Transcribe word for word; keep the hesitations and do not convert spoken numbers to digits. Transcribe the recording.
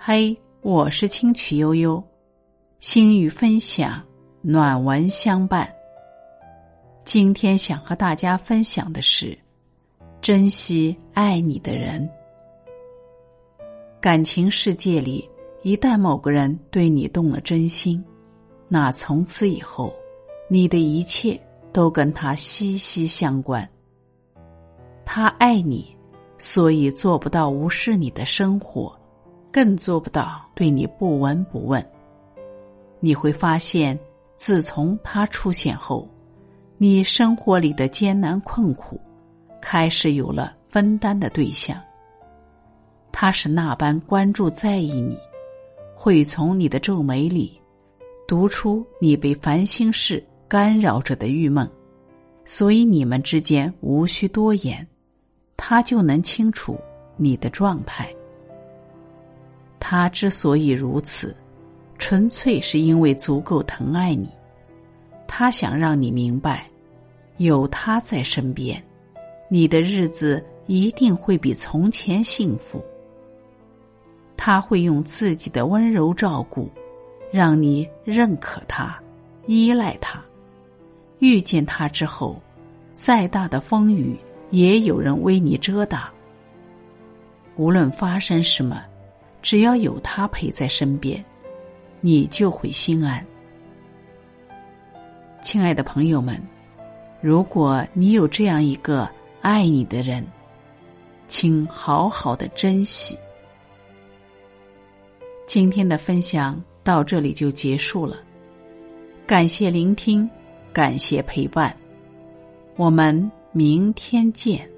嘿，我是清曲悠悠，心语分享，暖文相伴。今天想和大家分享的是，珍惜爱你的人。感情世界里，一旦某个人对你动了真心，那从此以后，你的一切都跟他息息相关。他爱你，所以做不到无视你的生活，更做不到对你不闻不问。你会发现，自从他出现后，你生活里的艰难困苦开始有了分担的对象。他是那般关注在意你，会从你的皱眉里读出你被烦心事干扰着的郁闷，所以你们之间无需多言，他就能清楚你的状态。他之所以如此，纯粹是因为足够疼爱你。他想让你明白，有他在身边，你的日子一定会比从前幸福。他会用自己的温柔照顾，让你认可他，依赖他。遇见他之后，再大的风雨也有人为你遮挡。无论发生什么，只要有他陪在身边，你就会心安。亲爱的朋友们，如果你有这样一个爱你的人，请好好的珍惜。今天的分享到这里就结束了，感谢聆听，感谢陪伴，我们明天见。